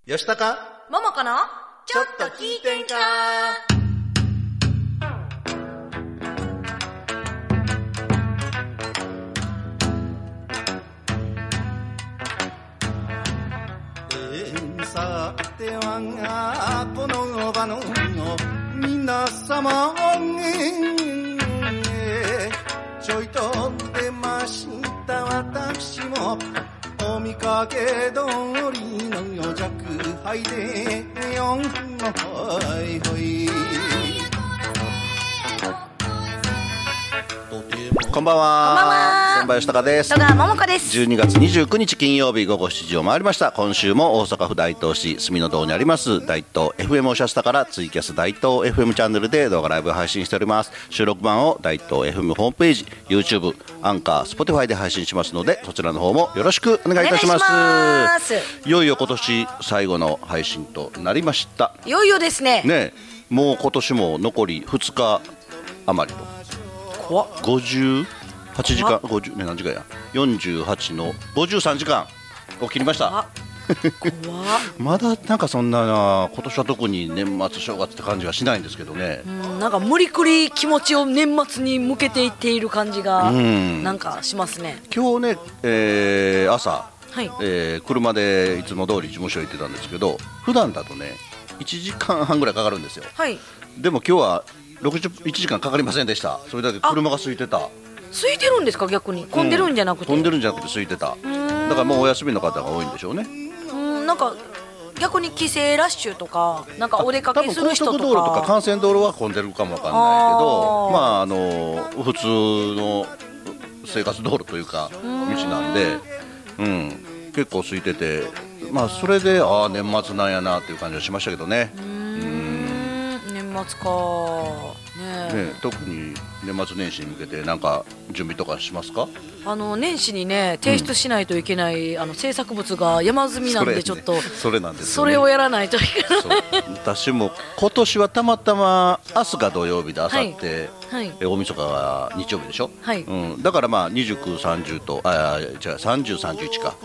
吉高ももこのちょっと聞いてんか。 さてはこの場の皆様ちょいと出ました私もお見かけ通りの弱敗でよんほいほい。こんばんは。 こんばんは。 先輩吉高です。 戸川桃子です。 12月29日金曜日午後7時を回りました。今週も大阪府大東市住の堂にあります大東 FM おしゃスタからツイキャス大東 FM チャンネルで動画ライブ配信しております。収録版を大東 FM ホームページ YouTube アンカー Spotify で配信しますので、そちらの方もよろしくお願いいたします。いよいよ今年最後の配信となりました。 いよいよですね。 ね、もう今年も残り2日余りと怖っ。 58時間50、ね、何時間や48の53時間を切りました。 怖っまだなんかそんな今年は特に年末正月って感じはしないんですけどね。 なんか無理くり気持ちを年末に向けていっている感じがなんかしますね。 今日ね、朝、 はい、 車でいつも通り事務所行ってたんですけど、普段だとね1時間半ぐらいかかるんですよ。 はい、 でも今日は1時間かかりませんでした。それだけ車が空いてた。 空いてるんですか？逆に混んでるんじゃなくて、 混んでるんじゃなくて空いてた。だからもうお休みの方が多いんでしょうね。 なんか逆に帰省ラッシュとかなんかお出かけする人とか、 多分高速道路とか幹線道路は混んでるかもわかんないけど、普通の生活道路というか道なんで、結構空いてて、それで年末なんやなっていう感じはしましたけどね。 年末かね。 特に年末年始に向けて何か準備とかしますか？ 年始にね提出しないといけない、制作物が山積みなんで、ちょっとそれなんですよね。 それをやらないといけない。 私も今年はたまたま明日が土曜日で明後日、大晦日が日曜日でしょ、だから29、30と30、31か、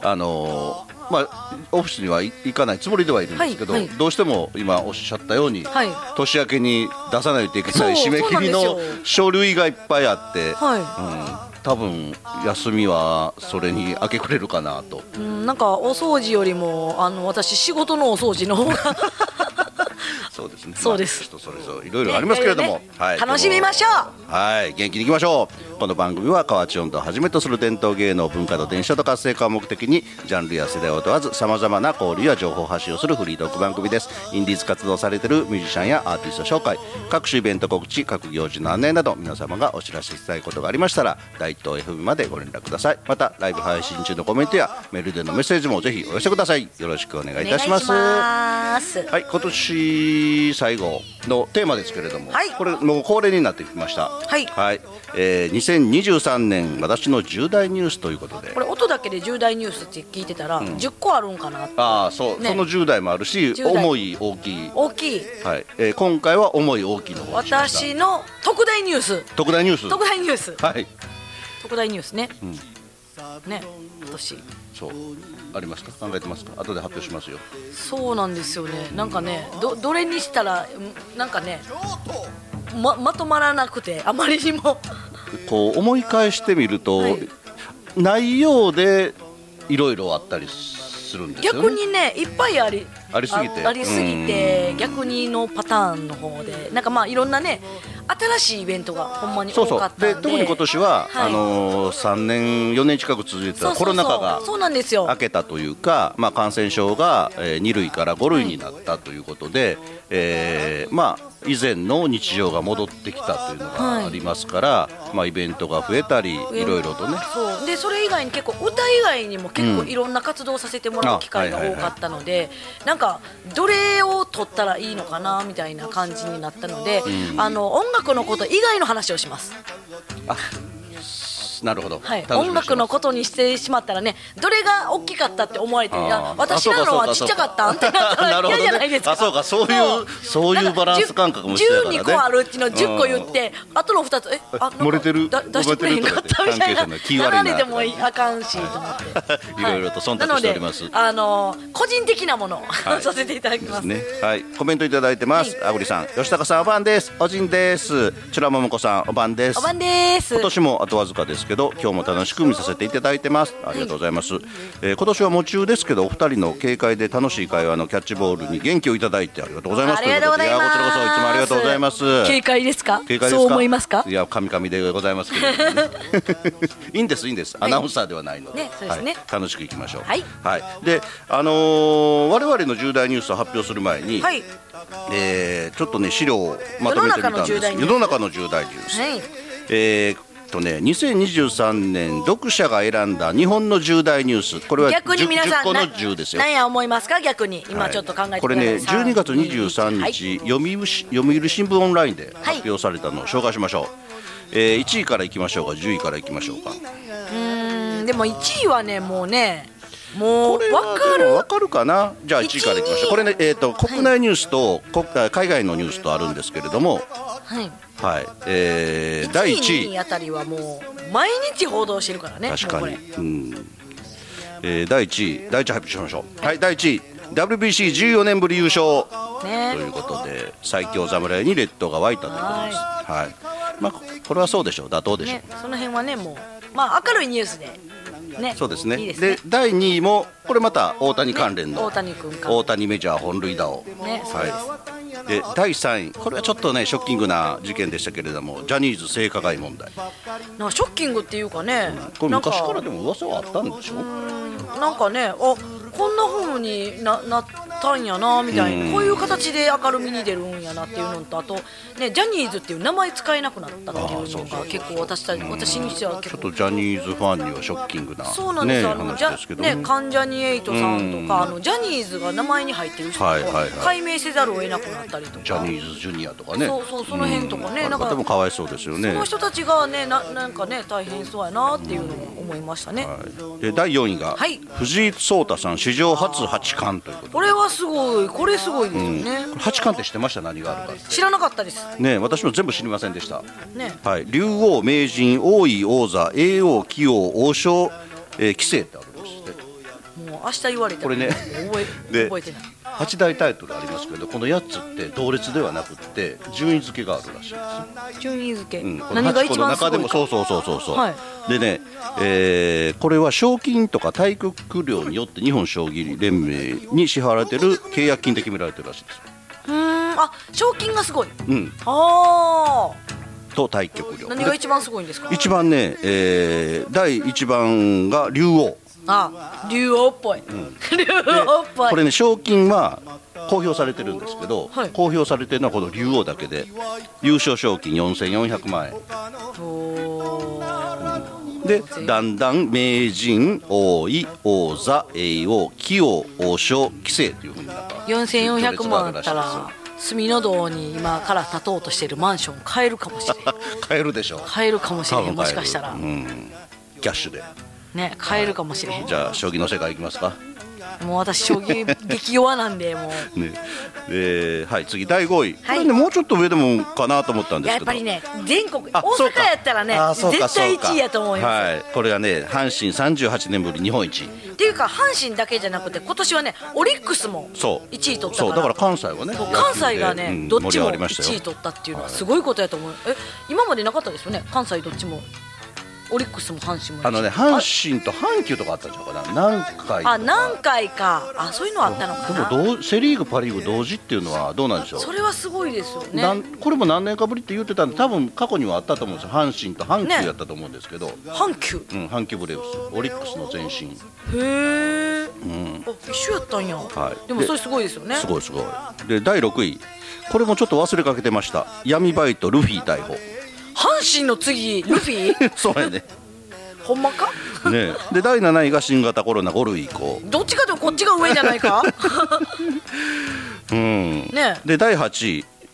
オフィスには行かないつもりではいるんですけど、どうしても今おっしゃったように、年明けに出さないといけない締め切りの書類がいっぱいあって、多分休みはそれに明け暮れるかなと。 なんかお掃除よりも私仕事のお掃除の方がそうですね。 そうです。 人それぞれいろいろありますけれども、 楽しみましょう。元気にいきましょう。この番組は河内音頭をはじめとする伝統芸能文化と伝承と活性化を目的にジャンルや世代を問わずさまざまな交流や情報発信をするフリートーク番組です。インディーズ活動されているミュージシャンやアーティスト紹介、各種イベント告知、各行事の案内など皆様がお知らせしたいことがありましたら大東 FM までご連絡ください。またライブ配信中のコメントやメールでのメッセージもぜひお寄せください。よろしくお願いいたします。今年最後のテーマですけれども、これもう恒例になってきました。2023年私の重大ニュースということで、 これ音だけで重大ニュースって聞いてたら、10個あるんかなって。 その重大もあるし重い大きい、今回は重い大きいの方にしました。 私の特大ニュース特大ニュース特大ニュースね。私そうありますか？考えてますか？後で発表しますよ。 そうなんですよね。なんかね、どれにしたらなんかね、まとまらなくて、あまりにもこう思い返してみると、内容でいろいろあったりするんですよね。 逆にね、いっぱいありすぎて逆にのパターンの方で、なんかいろんなね新しいイベントがほんまに多かったんで、 特に今年は、3年4年近く続いてたコロナ禍が明けたというか、感染症が2類から5類になったということで、以前の日常が戻ってきたというのがありますから、イベントが増えたりいろいろとね。 でそれ以外に結構歌以外にも結構いろんな活動をさせてもらう機会が多かったので、なんかどれを取ったらいいのかなみたいな感じになったので、音楽のこと以外の話をします。 なるほど、 はい、 楽しみにしてます音楽のことにしてしまったらね、どれが大きかったって思われて、いや私らのはちっちゃかったんってなったら嫌じゃないですか。 あ、そうか、そういうバランス感覚もしてたからね。 12個あるうちの10個言って、あとの2つ漏れてる出してくれへんかったみたいな、流れてもあかんしと思っていろいろと忖度しております。 なので個人的なものをさせていただきますね。はい、コメントいただいてます。あぐりさん、吉高さんおばんです。おじんです。ちゅらももこさんおばんです。 おばんです。 今年もあとわずかですけど、今日も楽しく見させていただいてます。ありがとうございます。今年は夢中ですけど、お二人の軽快で楽しい会話のキャッチボールに元気をいただいてありがとうございます。 ありがとうございます。 こちらこそいつもありがとうございます。 軽快ですか？ 軽快ですか？ そう思いますか？ いや、神々でございますけどねいいんですいいんです、アナウンサーではないので、 ね、そうですね、 はい、楽しくいきましょう。 はい、 はい、で、我々の重大ニュースを発表する前に、 はい、 ちょっとね資料をまとめてみたんです。世の中の重大ニュース、はい2023年読者が選んだ日本の重大ニュース、これは 10個の10ですよ。 何や思いますか？逆に今ちょっと考えてください。 これね、12月23日、読売新聞オンラインで発表されたのを紹介しましょう。1位からいきましょうか、10位からいきましょうか。 でも1位はね、もうね、もう分かるかな。じゃあ1位からいきましょう。これね、国内ニュースと海外のニュースとあるんですけれども、 はいはい、 第1位あたりはもう毎日報道してるからね。 確かに、第1位発表しましょう。はい、第1位 WBC14 年ぶり優勝、ね、ということで最強侍に列島が沸いたということです。はい、まあ、これはそうでしょう、妥当でしょう、ね、 その辺はね、もう、まあ、明るいニュースでね、 そうですね。 いいですね。 で第2位もこれまた大谷関連の、 ね、 大谷メジャー本塁打を、 ね、 はい、で第3位、これはちょっとねショッキングな事件でしたけれども、ジャニーズ性加害問題。 なんかショッキングっていうかね、 これ昔からでも噂はあったんでしょ。 なんかね、こんな風になったんやなみたいな、こういう形で明るみに出るんやなっていうのと、あとね、ジャニーズっていう名前使えなくなったっていうのが結構私にしては結構ちょっとジャニーズファンにはショッキングな、 そうなんですよ、 話ですけどね、関ジャニエイトさんとか、ジャニーズが名前に入ってる人を解明せざるを得なくなったりとか、 ジャニーズジュニアとかね、 そうその辺とかね、 なんかでもかわいそうですよね。 その人たちがね、なんかね大変そうやなっていうのを思いましたね。 はい、で第4位が、はい、藤井聡太さん史上初八冠ということで、 これはすごい、これすごいですよね。 八冠って知ってました？何があるか知らなかったですね。私も全部知りませんでした、 ね。 はい、竜王、名人、王位、王座、叡王、棋王、王将、棋聖ってあるんですね。もう明日言われたらこれね覚えてない。 8大タイトルありますけど、この8つって同列ではなくって順位付けがあるらしいですよ。 順位付け、 何が一番すごいか。の中でもそう、はい、でね、これは賞金とか対局料によって日本将棋連盟に支払われてる契約金で決められてるらしいです。 賞金がすごい。 と対局料。 何が一番すごいんですか？ 一番ね、第1番が竜王。 竜王っぽい、竜王っぽい。 これね、賞金は公表されてるんですけど、はい、公表されてるのはこの竜王だけで優勝賞金4400万円。でだんだん名人、王位、王座、叡王、棋王、王将、棋聖というふうになった 4400万あったら隅の道に今から建とうとしているマンション買えるかもしれない買えるでしょう。 買えるかもしれへん、もしかしたら、 キャッシュでね、買えるかもしれへん。 じゃあ将棋の世界いきますか？ もう私将棋激弱なんでもうね、はい、次第5位、これねもうちょっと上でもかなと思ったんですけど、 やっぱりね、全国大阪やったらね絶対1位やと思います。 はい、これがね阪神38年ぶり日本一っていうか、阪神だけじゃなくて今年はねオリックスも1位取ったから、 そうだから関西はね、 関西がね、どっちも1位取ったっていうのはすごいことやと思う。今までなかったですよね、関西どっちも。オリックスも阪神も阪神と阪急とかあったんちゃうかな、何回か。 そういうのあったのかな。 でもセ・リーグパ・リーグ同時っていうのはどうなんでしょう。 それはすごいですよね。 これも何年かぶりって言ってたんで、多分過去にはあったと思うんですよ。阪神と阪急やったと思うんですけど、 阪急、 阪急ブレーブス、オリックスの前身。 へえ、一緒やったんや。でもそれすごいですよね。 すごいで第6位、これもちょっと忘れかけてました。闇バイトルフィ逮捕。 阪神の次ルフィそうやね。 ほんまかね。で第7位が新型コロナ5類移行。 どっちかというとこっちが上じゃないかね。で第8位、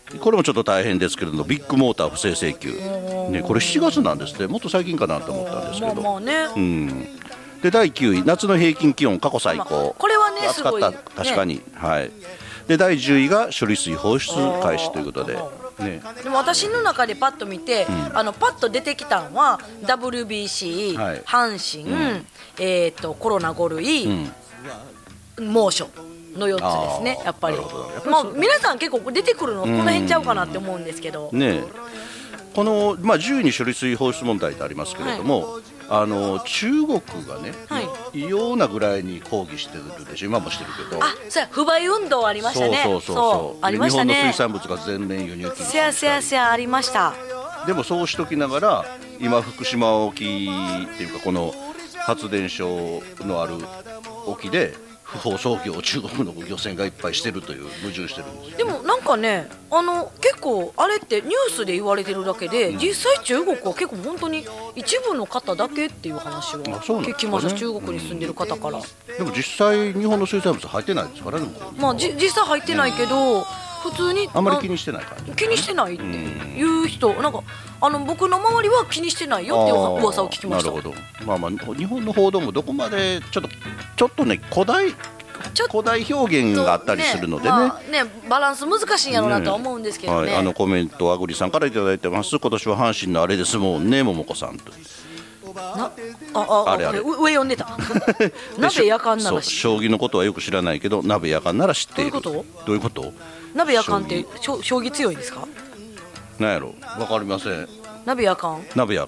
これもちょっと大変ですけれども、ビッグモーター不正請求、ね、これ7月なんですって。もっと最近かなと思ったんですけど、 まあね、 で第9位夏の平均気温過去最高、 これはねすごい暑かった確かに、はい。で第10位が処理水放出開始ということで、ね、 でも私の中でパッと見て、パッと出てきたのは WBC、 はい、 阪神、コロナ5類、猛暑の4つですね。やっぱり皆さん結構出てくるのこの辺ちゃうかなって思うんですけど、 ね、この、10位に処理水放出問題ってありますけれども、中国がね、異様なぐらいに抗議してるでしょ。今もしてるけど、 そう不買運動ありましたね。そうありましたね。 日本の水産物が全面輸入禁止。 せやありました。 でもそうしときながら今福島沖っていうかこの発電所のある沖で不法操業を中国の漁船がいっぱいしてるという矛盾してるんですよ。 でもなんかね、結構あれってニュースで言われてるだけで、実際中国は結構本当に一部の方だけっていう話は聞きました、中国に住んでる方から。でも実際日本の水産物入ってないですからね。 実際入ってないけど、普通にあんまり気にしてない感じ。 気にしてないっていう人、なんか僕の周りは気にしてないよっていう噂を聞きました。 なるほど。日本の報道もどこまでちょっとね古代表現があったりするのでね、 バランス難しいんやろうなとは思うんですけどね。 コメントあぐりさんからいただいてます。今年は阪神のあれですもんね、桃子さんと。 あれ上読んでた鍋やかんなら将棋のことはよく知らないけど鍋やかんなら知っている。 どういうこと？ 鍋やかんって将棋強いんですか？ なんやろ、わかりません。 鍋やかん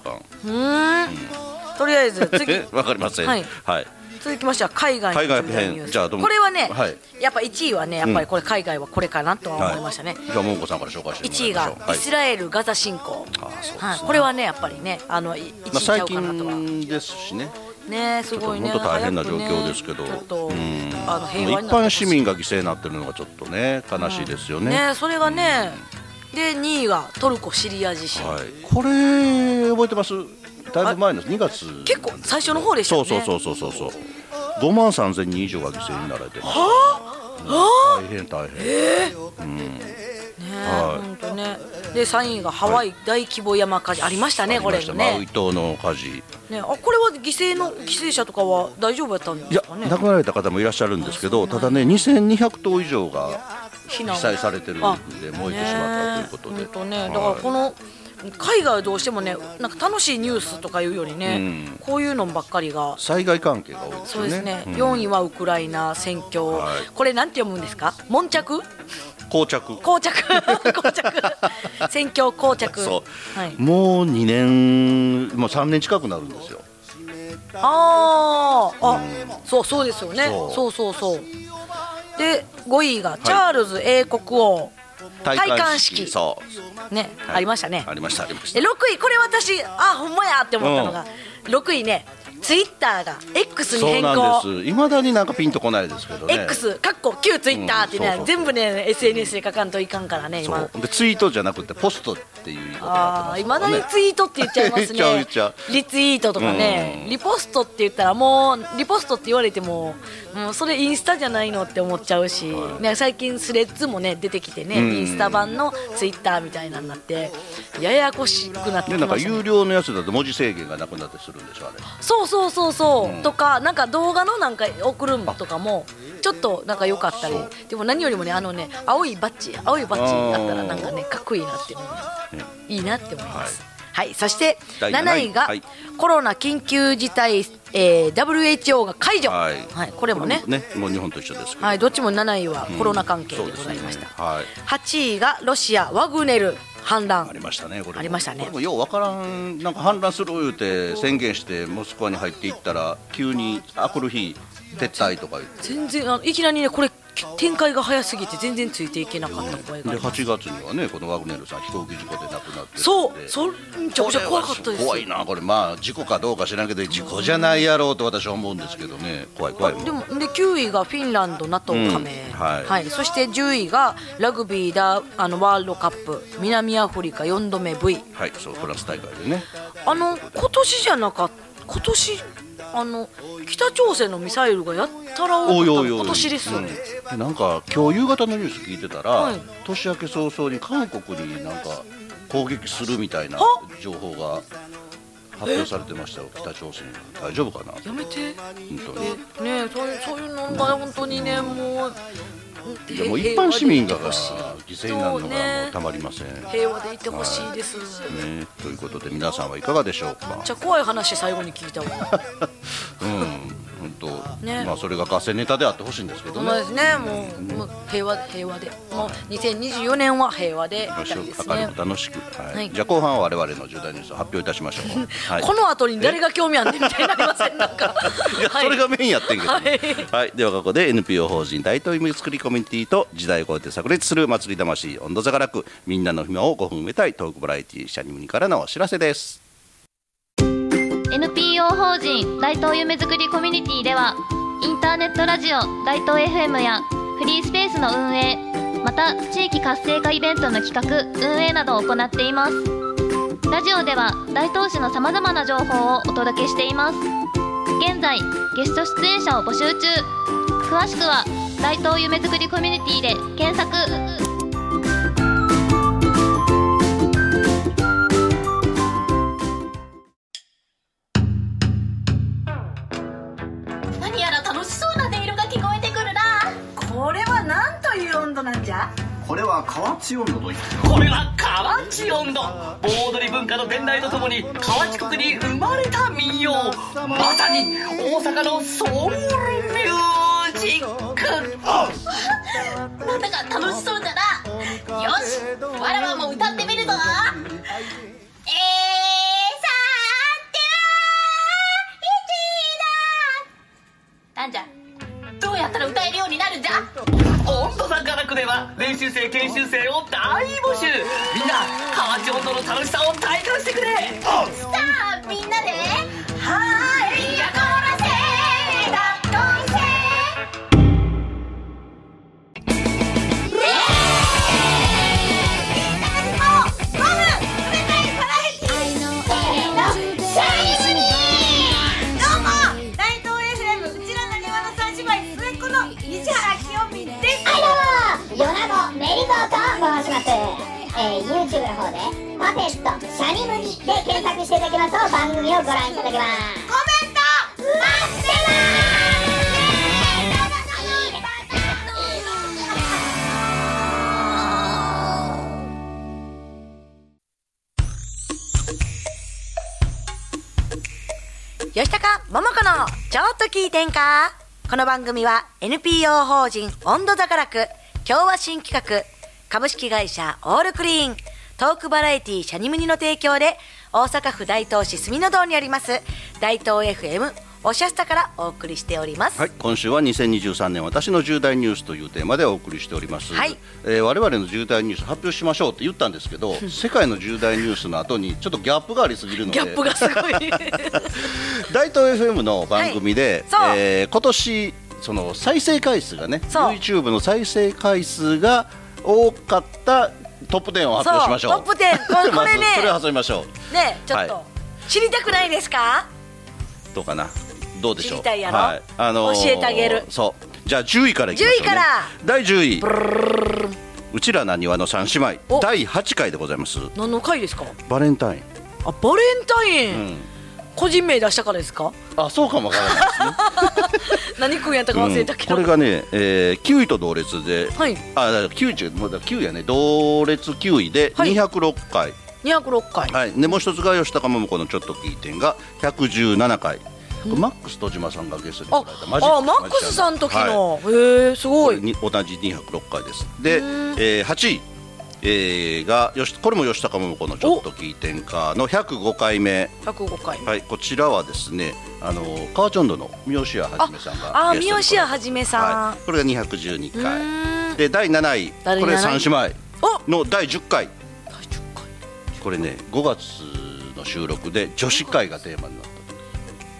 とりあえず次わかりません。はい、 続きましては海外のニュース。これはね、やっぱ1位はね、やっぱりこれ海外はこれかなとは思いましたね。 じゃあ桃子さんから紹介してもらいましょう。1位がイスラエルガザ侵攻。これはねやっぱりね1位ちゃうかなとは。 最近ですしね。 すごいね。 本当大変な状況ですけど、 一般市民が犠牲になってるのがちょっとね悲しいですよね。 それがね、で2位がトルコシリア地震。 これ覚えてます？だいぶ前の2月。 結構最初の方でしたよね。 そう5万3000人以上が犠牲になられてます。大変。 本当ね。で3位がハワイ大規模山火事ありましたね。これね、 マウイ島の火事ね。これは犠牲者とかは大丈夫やったんですかね？ いや、亡くなられた方もいらっしゃるんですけど、ただね2200棟以上が被災されてるんで燃えてしまったということで、 だからこの海外はどうしてもね、なんか楽しいニュースとかいうよりね、こういうのばっかりが災害関係が多いですよね。 そうですね。4位はウクライナ戦況。これなんて読むんですか？悶着？膠着戦況膠着。 もう2年もう3年近くなるんですよ。 そうですよね。そうで5位がチャールズ英国王戴冠式ね、ありましたね。 ありました。で6 位、これ私ほんまやって思ったのが6位ね、ツイッターが X に変更。 そうなんです。未だになんかピンとこないですけどね。 X 旧ツイッターってね、全部ね SNS で書かんといかんからね。今でツイートじゃなくてポストっていう言い方になってます。 未だにツイートって言っちゃいますね。リツイートとかね、リポストって言ったらもうリポストって言われてもそれインスタじゃないのって思っちゃうし、最近スレッズもね出てきてね、インスタ版のツイッターみたいなになってややこしくなってきましたね。 なんか有料のやつだと文字制限がなくなってするんでしょ、あれ。 そうとか、なんか動画のなんか送るとかもちょっとなんか良かったり。でも何よりもね、青いバッジあったらなんかねかっこいいなっていいなって思います。そして7位がコロナ緊急事態、WHO が解除。これもね、 もう日本と一緒ですけど、 どっちも7位はコロナ関係でございました。8位がロシアワグネル反乱ありましたね。これもようわからん、なんか反乱する言うて宣言してモスクワに入っていったら急にあくる日撤退とか言って、 全然いきなりね、これ展開が早すぎて全然ついていけなかった声があります。 で8月にはね、このワグネルさん飛行機事故で亡くなって、 めちゃくちゃ怖かったです。 怖いなこれ。事故かどうか知らんけど事故じゃないやろうと私は思うんですけどね。怖い。 で9位がフィンランド NATO 加盟、そして10位がラグビーワールドカップ南アフリカ4度目 V。 そうフランス大会でね。 今年じゃなかった、今年北朝鮮のミサイルがやったら多かったの今年ですよね。 なんか今日夕方のニュース聞いてたら、 はい、 年明け早々に韓国になんか攻撃するみたいな情報が発表されてましたよ。北朝鮮大丈夫かな。 やめて本当にね、そういうのが本当にね、もうでも一般市民が犠牲になるのがもうたまりません。 平和でいてほしいです、 ね、ということで皆さんはいかがでしょうか。 めっちゃ怖い話最後に聞いたわ本当、 ね、 それが合戦ネタであってほしいんですけどね。 そうですね、もう平和でもう2024年は平和でいたいですね。 明るく楽しく、じゃあ後半は我々の重大ニュースを発表いたしましょう。 この後に誰が興味あんねんみたいになりません？なんかいや、それがメインやってんけど、ではここで NPO 法人大東夢作りコミュニティと時代を超えて炸裂する祭り魂温度差がなくみんなの暇を5分埋めたいトークバラエティシャニムニからのお知らせです。 NPO 法人大東夢作りコミュニティではインターネットラジオ大東 FM やフリースペースの運営、また地域活性化イベントの企画運営などを行っています。ラジオでは大東市のさまざまな情報をお届けしています。現在ゲスト出演者を募集中。詳しくは大東夢作りコミュニティで検索。 何やら楽しそうな音色が聞こえてくるな。 これは何という温度なんじゃ。 これは河内温度といって、 これは河内音頭、盆踊り文化の伝来とともに河内国に生まれた民謡、まさに大阪のソウルミュージック。 なんだか楽しそうだな。よし、わらわも歌ってみるぞ。なんじゃ、どうやったら歌えるようになるんじゃ。 温度差科学では練習生研修生を大募集。みんな河内音頭の楽しさを体感してくれ。 さあみんなではいやこらせだどんせ YouTube の方でパペットシャニムニで検索していただきますと番組をご覧いただけます。 コメント待ってます。吉高桃子のちょっと聞いてんか。この番組は NPO 法人温度座がらく今日は新企画株式会社オールクリーントークバラエティシャニムニの提供で大阪府大東市住の堂にあります大東 FM おしゃスタからお送りしております。 今週は2023年私の重大ニュースというテーマでお送りしております。我々の重大ニュース発表しましょうって言ったんですけど世界の重大ニュースの後にちょっとギャップがありすぎるのでギャップがすごい大東 FM の番組で、今年その再生回数がね YouTube の再生回数が多かったトップ10を発表しましょう。 トップ10これねそれを挟みましょうね。ちょっと、知りたくないですか。 どうかな、どうでしょう。 知りたいやろ、教えてあげる。 そうじゃあ10位からいきましょうね。10位から第10位うちらなにわの3姉妹第8回でございます。 何の回ですか。 バレンタイン。 バレンタイン、個人名出したからですか。 そうかもわからないですね何君やったか忘れたけど、 これがね、9位と同列で、9位やね、同列9位で206回、 206回、 でもう一つが吉高桃子のちょっと聞いてんが117回、マックス戸島さんがゲストに来られたマックスさんの時の、すごい同じ206回です。で、8位がこれも吉高桃子のちょっと聞いてんかの105回目。 105回、 こちらはですね河内音頭の三好屋はじめさんが三好屋はじめさん、 これが212回で第7位これ3姉妹の第10回。これね5月の収録で女子会がテーマになった。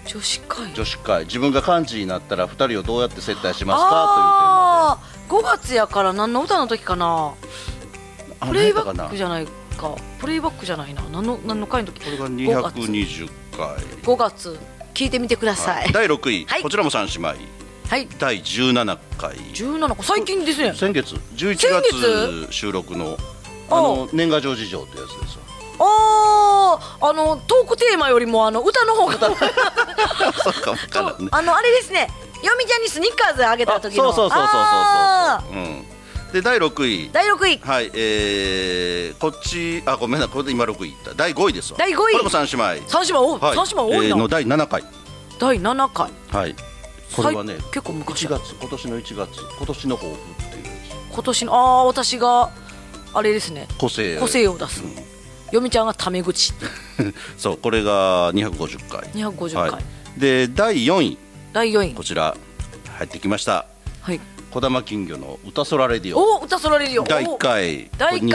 女子会、 自分が幹事になったら2人をどうやって接待しますかというテーマで。5月やから何の歌の時かな。プレイバックじゃないか。プレイバックじゃないな。何の回の時。 これが220回。 5月聞いてみてください。 第6位、 はいこちらも3姉妹、 はい、 第17回 17個最近ですね。 先月11月収録の年賀状事情ってやつですわ。 トークテーマよりも歌の方がそうかもからんね。 あれですね、よみちゃんにスニッカーズあげた時の。 そう、で第6位、はい、こっちごめんな、これで今6位いった。第5位ですわ。 第5位、 これも3姉妹、 はい、3姉妹多いな、 の第7回、 第7回、 はい、これはね結構昔、 今年の1月、今年の抱負っていう、 今年の私があれですね、個性を出す、よみちゃんがタメ口そう、これが250回、 はい、 で第4位、こちら入ってきました、 はい、 児玉金魚の歌空レディオ、 歌空レディオ第1回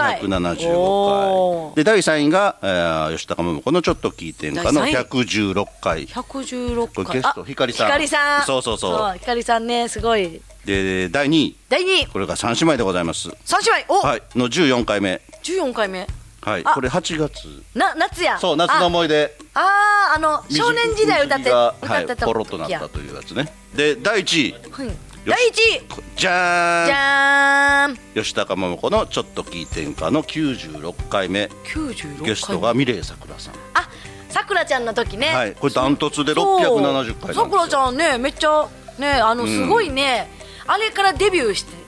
275回で、第3位が吉高桃子のちょっと聞いてんかの116回、これゲストひかりさん、そうひかりさんね、すごい。 で第2位、これが3姉妹でございます。 3姉妹、 はい、の14回目、はい、これ8月夏や、 そう、夏の思い出、 少年時代歌ってたポロッとなったというやつね。で第1位、じゃーん、吉高桃子のちょっと聞いてんかの96回目、ゲストがミレイさくらさん、 さくらちゃんの時ね、 はい、これダントツで670回。 さくらちゃんね、めっちゃね、すごいね、あれからデビューして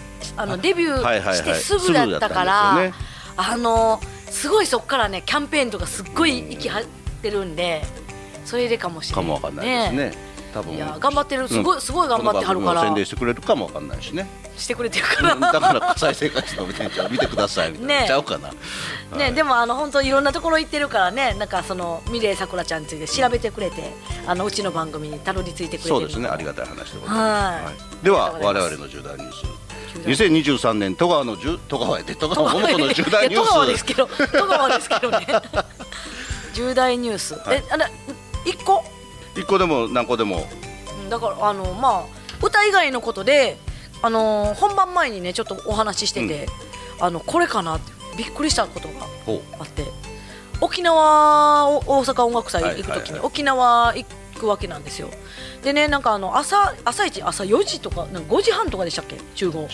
すぐだったから、すごいそっからね、キャンペーンとかすっごい息張ってるんで、それでかもしれないかもわかんないですね。多分いや頑張ってる、すごい頑張ってはるから、 宣伝してくれるかもわかんないしね。 してくれてるからだから再生回数の店長見てくださいみたいなちゃうかな。 ね、でも本当いろんなところ行ってるからね、なんかそのミレイさくらちゃんについて調べてくれて、うちの番組にたどり着いてくれてる。 そうですね、ありがたい話でございます。では我々の重大ニュース、2023年戸川桃子の重大ニュース、 戸川ですけどね重大ニュース、1個でも何個でも、 だから歌以外のことで本番前にねちょっとお話ししてて、これかなってびっくりしたことがあって、沖縄大阪音楽祭行くときに沖縄行くわけなんですよ。でね、なんか朝4時とか5時半とかでしたっけ、集合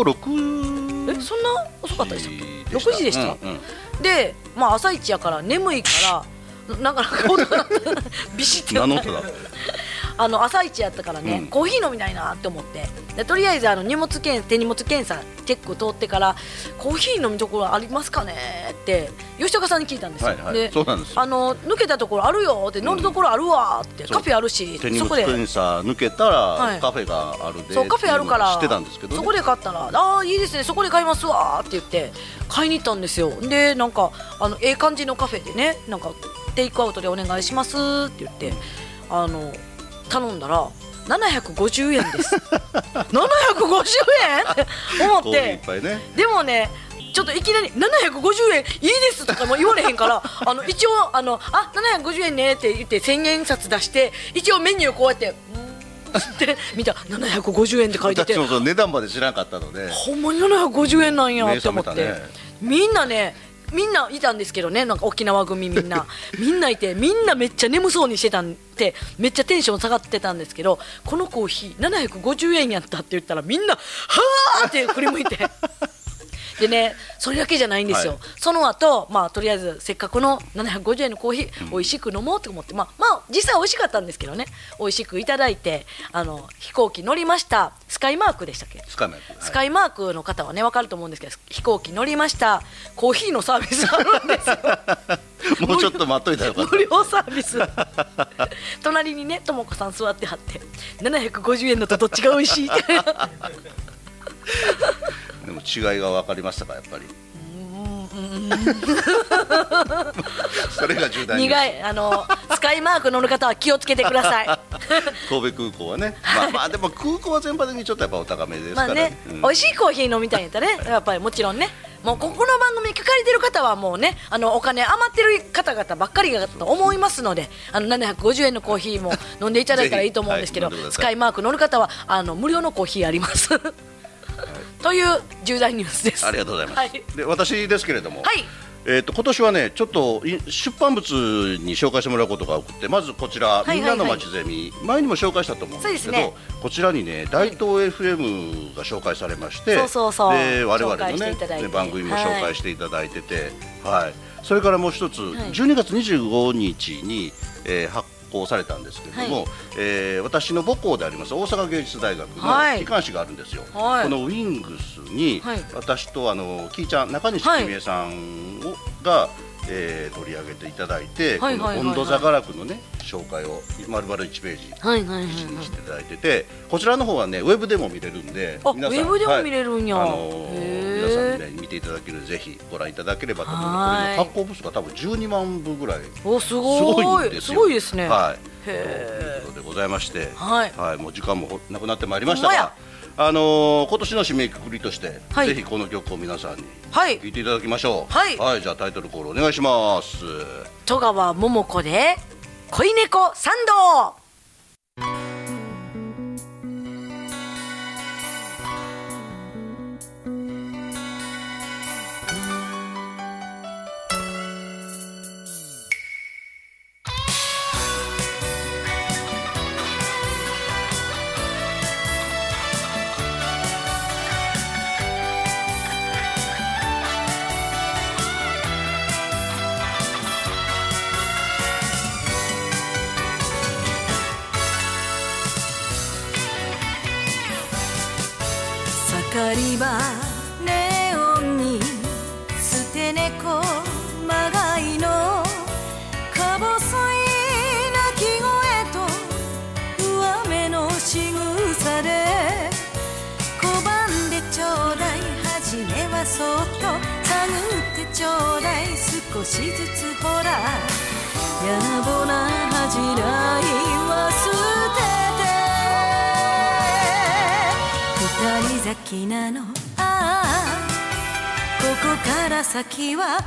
6、 そんな遅かったでしたっけ、6時でした、で、朝一やから眠いからなんかビシッて何の音だ朝一やったからね、コーヒー飲みたいなって思って、でとりあえず手荷物検査チェック通ってから、コーヒー飲むところありますかねって吉岡さんに聞いたんですよ。で、 そうなんですよ、 抜けたところあるよって、乗るところあるわって、カフェあるし、 手荷物検査抜けたらカフェがあるで、 そうカフェあるから知ってたんですけど、 そこで買ったらいいですね、そこで買いますわって言って買いに行ったんですよ。で、なんか感じのカフェでね、なんかテイクアウトでお願いしますって言って頼んだら750円です750円って思って、でもね、ちょっといきなり750円いいですとかも言われへんから一応750円ねって言って1000円札出して、一応メニューこうやってって見た、750円って書いてて、 私も値段まで知らなかったので、 ほんまに750円なんやって思って、みんないたんですけどね、なんか沖縄組みんないて、みんなめっちゃ眠そうにしてたんで、めっちゃテンション下がってたんですけど、このコーヒー750円やったって言ったら、みんなはーって振り向いてでね、それだけじゃないんですよ、その後、とりあえずせっかくの750円のコーヒー、美味しく飲もうと思って、実際美味しかったんですけどね、美味しくいただいて、飛行機乗りました。スカイマークでしたっけ、スカイマークの方はね分かると思うんですけど、飛行機乗りました。コーヒーのサービスあるんですよもうちょっと待っといたらよかった、 無料サービス隣にね、ともこさん座ってはって、750円のとどっちが美味しいってでも違いが分かりましたか、やっぱりそれが重大ニュース。 苦いスカイマーク乗る方は気をつけてください神戸空港はね、でも空港は全般的にちょっとやっぱお高めですからね、 美味しいコーヒー飲みたいんやったらね、やっぱりもちろんね、もうここの番組聞かれてる方はもうね、お金余ってる方々ばっかりだと思いますので、750円のコーヒーも飲んでいただいたらいいと思うんですけど、スカイマーク乗る方は無料のコーヒーありますという重大ニュースです。 ありがとうございます。で、私ですけれども、 今年はねちょっと出版物に紹介してもらうことが多くて、まずこちら、みんなのまちゼミ、前にも紹介したと思うんですけど、こちらにね大東 FM が紹介されまして、で我々のね番組も紹介していただいてて、はい、それからもう一つ、12月25日に、発行されたんですけれども、私の母校であります大阪芸術大学の機関誌があるんですよ。このウィングスに、私とキーちゃん中西君江さんが、取り上げていただいて、この温度座がらくのね紹介を丸々1ページにしていただいてて、こちらの方はねウェブでも見れるんで、 皆さんウェブでも見れるんや、 皆さんにね見ていただける、ぜひご覧いただければと思うので、これの発行部数が多分12万部ぐらい、 すごいんですよ。すごいですね。 はい、ということでございまして、もう時間もなくなってまいりましたが、今年の締めくくりとして、ぜひこの曲を皆さんに聴いていただきましょう。はい、じゃあタイトルコールお願いします。 戸川桃子で恋猫参道。明かりはネオンに捨て猫まがいのか細い鳴き声と上目の仕草で拒んでちょうだい、初めはそっと探ってちょうだい、少しずつほら野暮な恥じらいは捨てて、二人咲きなのここから先は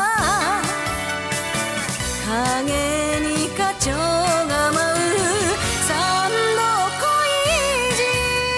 影に花鳥が舞う三の恋路、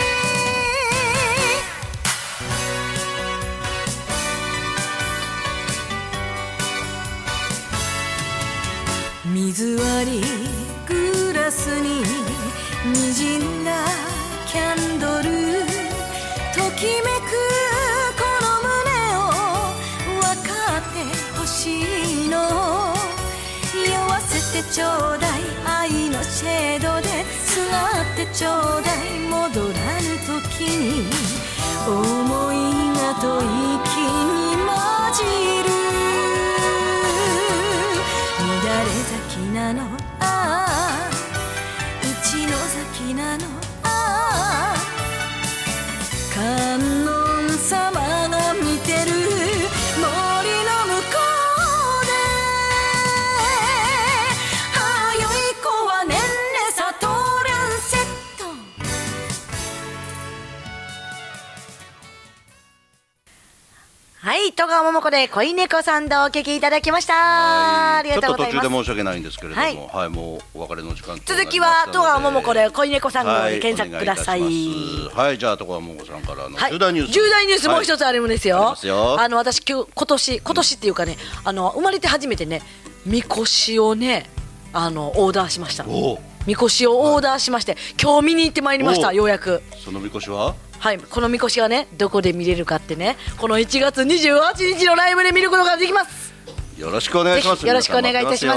水割りグラスに滲んだキャンドル、ときめくこの胸を分かってほしいの、酔わせてちょうだい、愛のシェードですがってちょうだい、戻らぬ時に思いがと息に混じる、乱れ咲きなのうちの咲きなの観音様が見てる森の向こうで、はよい子はねんねさとりゃんセット。はい、戸川桃子で恋猫さんでお聞きいただきました。ありがとうございます。 ちょっと途中で申し訳ないんですけれども、はい、もうお別れの時間。 続きは戸川桃子で恋猫さんで検索ください。 はい、じゃあ戸川桃子さんからの重大ニュース。 重大ニュースもう一つあるんですよ。私今年っていうかね、生まれて初めてね、みこしをね、オーダーしました。みこしをオーダーしまして、今日見に行ってまいりました。ようやく。 そのみこしは？ はい、このみこしがね、どこで見れるかってね、この1月28日のライブで見ることができます。 よろしくお願いします。 よろしくお願いいたします。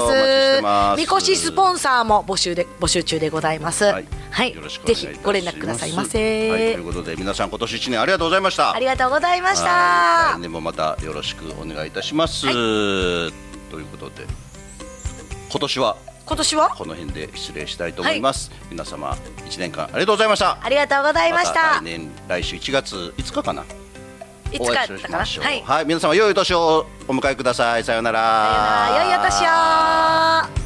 みこしスポンサーも募集中でございます。はい、ぜひご連絡くださいませ。 はい、ということで皆さん今年1年ありがとうございました。 ありがとうございました。 来年もまたよろしくお願いいたします。ということで今年はこの辺で失礼したいと思います。皆様1年間ありがとうございました。 ありがとうございました。 来週1月5日かな。 いつかだったかな。 はい、皆様良いお年をお迎えください。さようなら。 良いお年を。